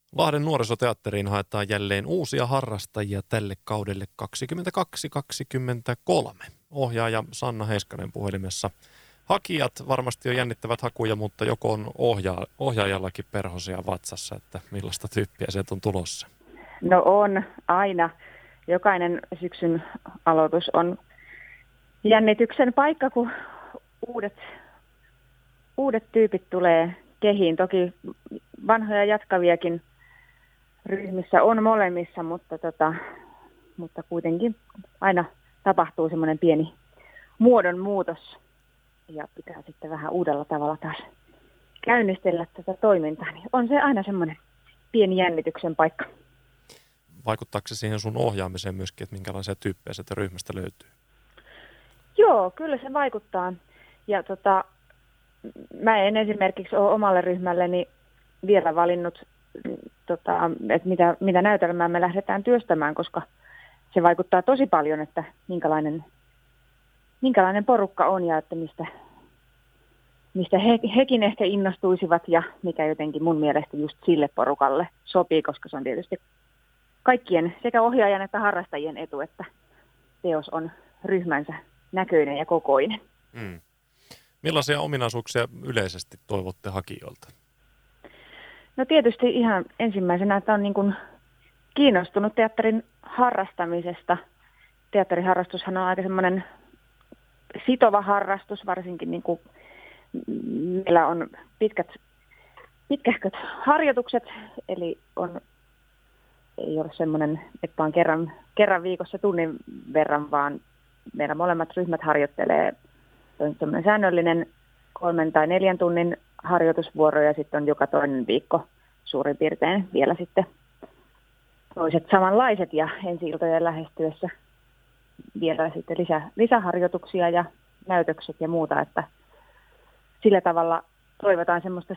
Lahden nuorisoteatteriin haetaan jälleen uusia harrastajia tälle kaudelle 2022-2023. Ohjaaja Sanna Heiskanen puhelimessa. Hakijat varmasti jo jännittävät hakuja, mutta joko on ohjaajallakin perhosia vatsassa, että millaista tyyppiä sieltä on tulossa? No on aina. Jokainen syksyn aloitus on jännityksen paikka, kun uudet tyypit tulee kehiin. Toki vanhoja jatkaviakin ryhmissä on molemmissa, mutta kuitenkin aina tapahtuu semmoinen pieni muodonmuutos ja pitää sitten vähän uudella tavalla taas käynnistellä tätä toimintaa. Niin on se aina semmoinen pieni jännityksen paikka. Vaikuttaako se siihen sun ohjaamiseen myöskin, että minkälaisia tyyppejä sieltä ryhmästä löytyy? Joo, kyllä se vaikuttaa. Ja mä en esimerkiksi ole omalle ryhmälleni vielä valinnut, että mitä näytelmää me lähdetään työstämään, koska se vaikuttaa tosi paljon, että minkälainen porukka on ja että mistä hekin ehkä innostuisivat ja mikä jotenkin mun mielestä just sille porukalle sopii, koska se on tietysti kaikkien sekä ohjaajan että harrastajien etu, että teos on ryhmänsä näköinen ja kokoinen. Mm. Millaisia ominaisuuksia yleisesti toivotte hakijoilta? No tietysti ihan ensimmäisenä, että on niin kuin kiinnostunut teatterin harrastamisesta. Teatteriharrastushan on aika semmoinen sitova harrastus, varsinkin niin kuin meillä on pitkähköt harjoitukset, eli ei ole semmoinen, että vaan kerran viikossa tunnin verran, vaan meillä molemmat ryhmät harjoittelee semmoinen säännöllinen 3 tai 4 tunnin harjoitusvuoro ja sitten on joka toinen viikko suurin piirtein vielä sitten toiset samanlaiset ja ensi-iltojen lähestyessä vielä sitten lisäharjoituksia ja näytökset ja muuta, että sillä tavalla toivotaan semmoista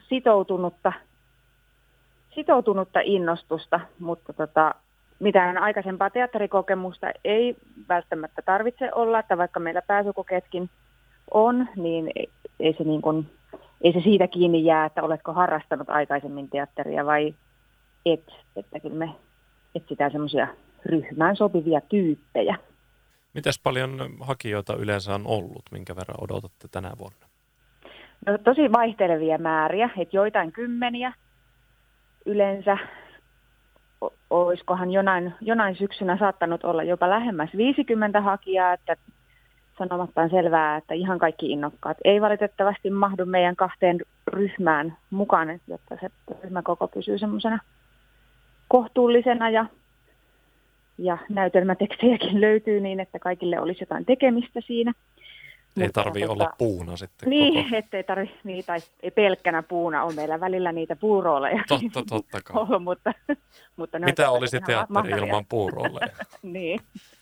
sitoutunutta innostusta, mutta mitään aikaisempaa teatterikokemusta ei välttämättä tarvitse olla, että vaikka meillä pääsykokeetkin on, niin ei se siitä kiinni jää, että oletko harrastanut aikaisemmin teatteria vai et, että kyllä me etsitään semmoisia ryhmään sopivia tyyppejä. Mitäs paljon hakijoita yleensä on ollut, minkä verran odotatte tänä vuonna? No tosi vaihtelevia määriä, että joitain kymmeniä yleensä. Olisikohan jonain syksynä saattanut olla jopa lähemmäs 50 hakijaa, että sanomatta on selvää, että ihan kaikki innokkaat ei valitettavasti mahdu meidän 2 ryhmään mukaan, jotta se ryhmäkoko pysyy semmoisena kohtuullisena ja näytelmätekstejäkin löytyy niin, että kaikille olisi jotain tekemistä siinä. Ei tarvitse olla puuna sitten. Niin, ettei tarvitse, tai ei pelkkänä puuna, on meillä välillä niitä puurooleja. Totta kai. Mutta mitä olisi teatteri ilman puurooleja? Niin.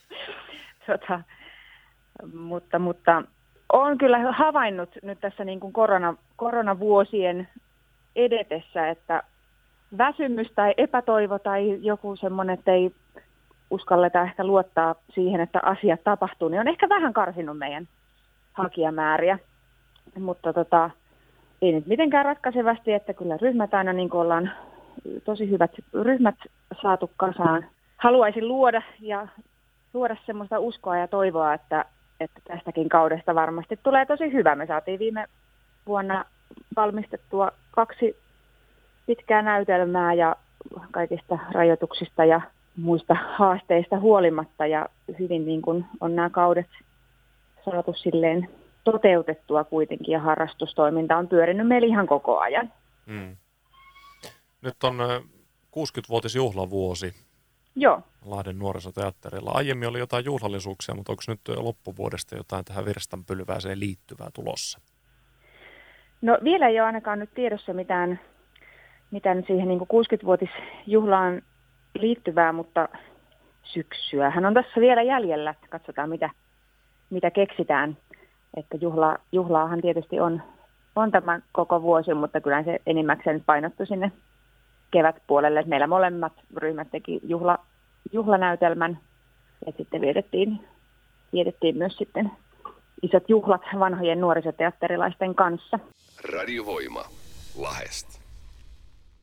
Mutta olen kyllä havainnut nyt tässä niin kuin koronavuosien edetessä, että väsymys tai epätoivo tai joku semmoinen, että ei uskalleta ehkä luottaa siihen, että asiat tapahtuu, niin on ehkä vähän karsinut meidän hakijamääriä. Mutta ei nyt mitenkään ratkaisevasti, että kyllä ryhmät aina niin kuin ollaan tosi hyvät ryhmät saatu kasaan. Haluaisin luoda semmoista uskoa ja toivoa, että tästäkin kaudesta varmasti tulee tosi hyvä. Me saatiin viime vuonna valmistettua 2 pitkää näytelmää ja kaikista rajoituksista ja muista haasteista huolimatta. Ja hyvin niin kuin on nämä kaudet saatu silleen toteutettua kuitenkin ja harrastustoiminta on pyörinyt meillä ihan koko ajan. Mm. Nyt on 60-vuotisjuhlavuosi. Joo. Lahden nuorisoteatterilla. Aiemmin oli jotain juhlallisuuksia, mutta onko nyt loppuvuodesta jotain tähän virstanpylvääseen liittyvää tulossa? No vielä ei ole ainakaan nyt tiedossa mitään siihen niin kuin 60-vuotisjuhlaan liittyvää, mutta syksyähän on tässä vielä jäljellä. Katsotaan mitä keksitään. Että juhlaahan tietysti on tämä koko vuosi, mutta kyllä se enimmäkseen painottui sinne kevätpuolelle. Meillä molemmat ryhmät teki juhlanäytelmän ja sitten vietettiin myös sitten isot juhlat vanhojen nuorisoteatterilaisten kanssa. Radiovoima Lahdesta.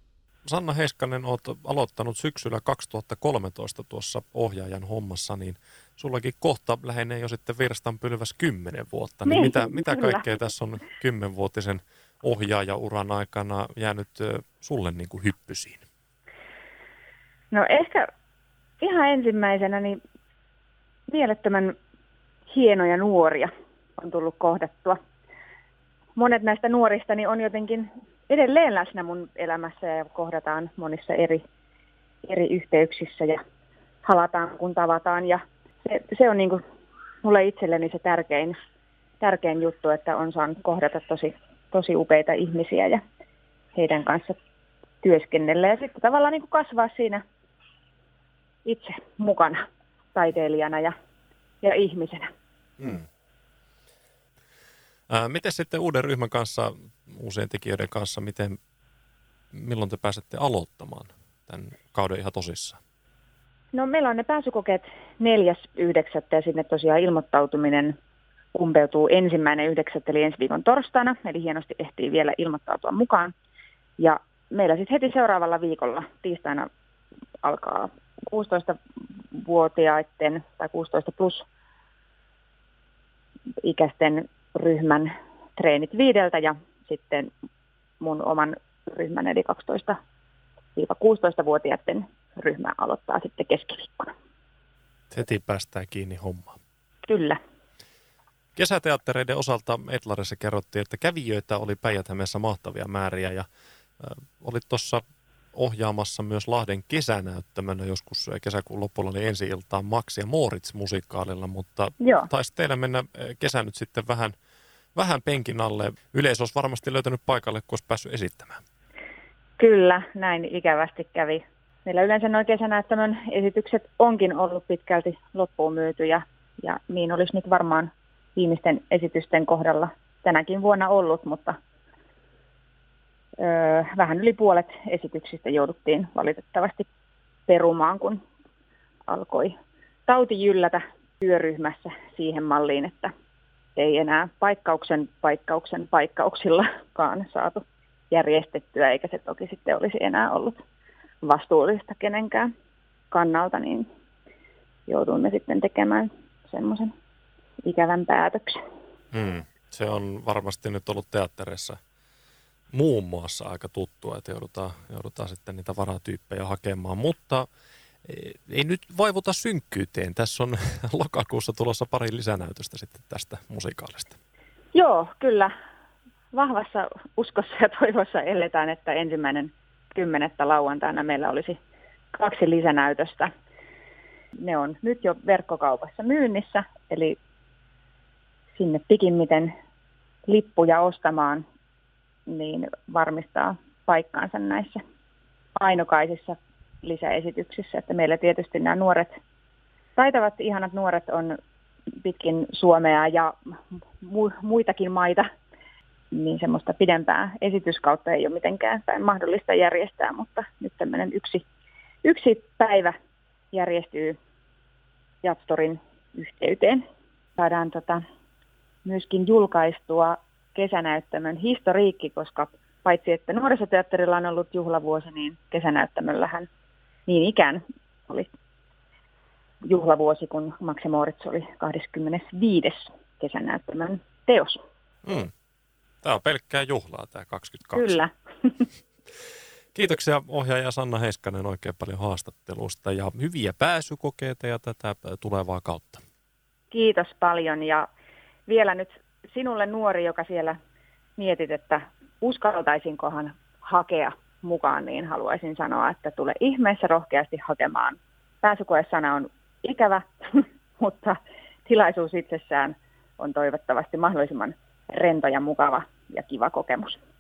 Sanna Heiskanen, olet aloittanut syksyllä 2013 tuossa ohjaajan hommassa, niin sullakin kohta lähenee jo sitten virstanpylväs 10 vuotta. Niin mitä kaikkea tässä on 10-vuotisen ohjaajauran aikana jäänyt sulle niin kuin hyppysiin? No ehkä ihan ensimmäisenä niin mielettömän hienoja nuoria on tullut kohdattua. Monet näistä nuoristani on jotenkin edelleen läsnä mun elämässä ja kohdataan monissa eri yhteyksissä ja halataan kun tavataan. Ja se on niin kuin mulle itselleni se tärkein juttu, että on saanut kohdata tosi upeita ihmisiä ja heidän kanssa työskennellä. Ja sitten tavallaan niin kuin kasvaa siinä itse mukana taiteilijana ja ihmisenä. Miten sitten uuden ryhmän kanssa, uusien tekijöiden kanssa, milloin te pääsette aloittamaan tämän kauden ihan tosissaan? No meillä on ne pääsykokeet 4.9. ja sinne tosiaan ilmoittautuminen umpeutuu 1.9. eli ensi viikon torstaina, eli hienosti ehtii vielä ilmoittautua mukaan. Ja meillä sitten heti seuraavalla viikolla tiistaina alkaa 16-vuotiaiden tai 16 plus ikäisten ryhmän treenit 5 ja sitten mun oman ryhmän eli 12-16-vuotiaiden ryhmä aloittaa sitten keskiviikkona. Heti päästään kiinni hommaan. Kyllä. Kesäteattereiden osalta Etlarissa kerrottiin, että kävijöitä oli Päijät-Hämeessä mahtavia määriä ja olit tuossa ohjaamassa myös Lahden kesänäyttämönä joskus kesäkuun lopulla oli ensi-iltaan Max ja Moritz-musikaalilla, mutta taisi teillä mennä kesä nyt sitten vähän penkin alle. Yleisö olisi varmasti löytänyt paikalle, kun olisi päässyt esittämään. Kyllä, näin ikävästi kävi. Meillä yleensä nuo kesänäyttämön esitykset onkin ollut pitkälti loppuun myyty ja niin olisi nyt varmaan viimeisten esitysten kohdalla tänäkin vuonna ollut, mutta vähän yli puolet esityksistä jouduttiin valitettavasti perumaan, kun alkoi tauti jyllätä työryhmässä siihen malliin, että ei enää paikkauksillakaan saatu järjestettyä, eikä se toki sitten olisi enää ollut vastuullista kenenkään kannalta, niin jouduimme sitten tekemään semmoisen ikävän päätöksen. Se on varmasti nyt ollut teattereissa muun muassa aika tuttua, että joudutaan sitten niitä varatyyppejä hakemaan, mutta ei nyt vaivuta synkkyyteen. Tässä on lokakuussa tulossa pari lisänäytöstä sitten tästä musikaalista. Joo, kyllä. Vahvassa uskossa ja toivossa eletään, että 1.10. lauantaina meillä olisi 2 lisänäytöstä. Ne on nyt jo verkkokaupassa myynnissä, eli sinne pikimmiten lippuja ostamaan, niin varmistaa paikkaansa näissä ainokaisissa lisäesityksissä. Että meillä tietysti nämä nuoret, taitavat ihanat nuoret on pitkin Suomea ja muitakin maita, niin semmoista pidempää esityskautta ei ole mitenkään mahdollista järjestää, mutta nyt tämmöinen yksi päivä järjestyy Jatstorin yhteyteen. Saadaan myöskin julkaistua kesänäyttämön historiikki, koska paitsi että nuorisoteatterilla on ollut juhlavuosi, niin kesänäyttämöllähän niin ikään oli juhlavuosi, kun Max ja Moritz oli 25. kesänäyttämön teos. Tämä on pelkkää juhlaa, tämä 22. Kyllä. Kiitoksia ohjaaja Sanna Heiskanen oikein paljon haastattelusta ja hyviä pääsykokeita ja tätä tulevaa kautta. Kiitos paljon ja vielä nyt sinulle nuori, joka siellä mietit, että uskaltaisinkohan hakea mukaan, niin haluaisin sanoa, että tule ihmeessä rohkeasti hakemaan. Pääsykoesana on ikävä, mutta tilaisuus itsessään on toivottavasti mahdollisimman rento ja mukava ja kiva kokemus.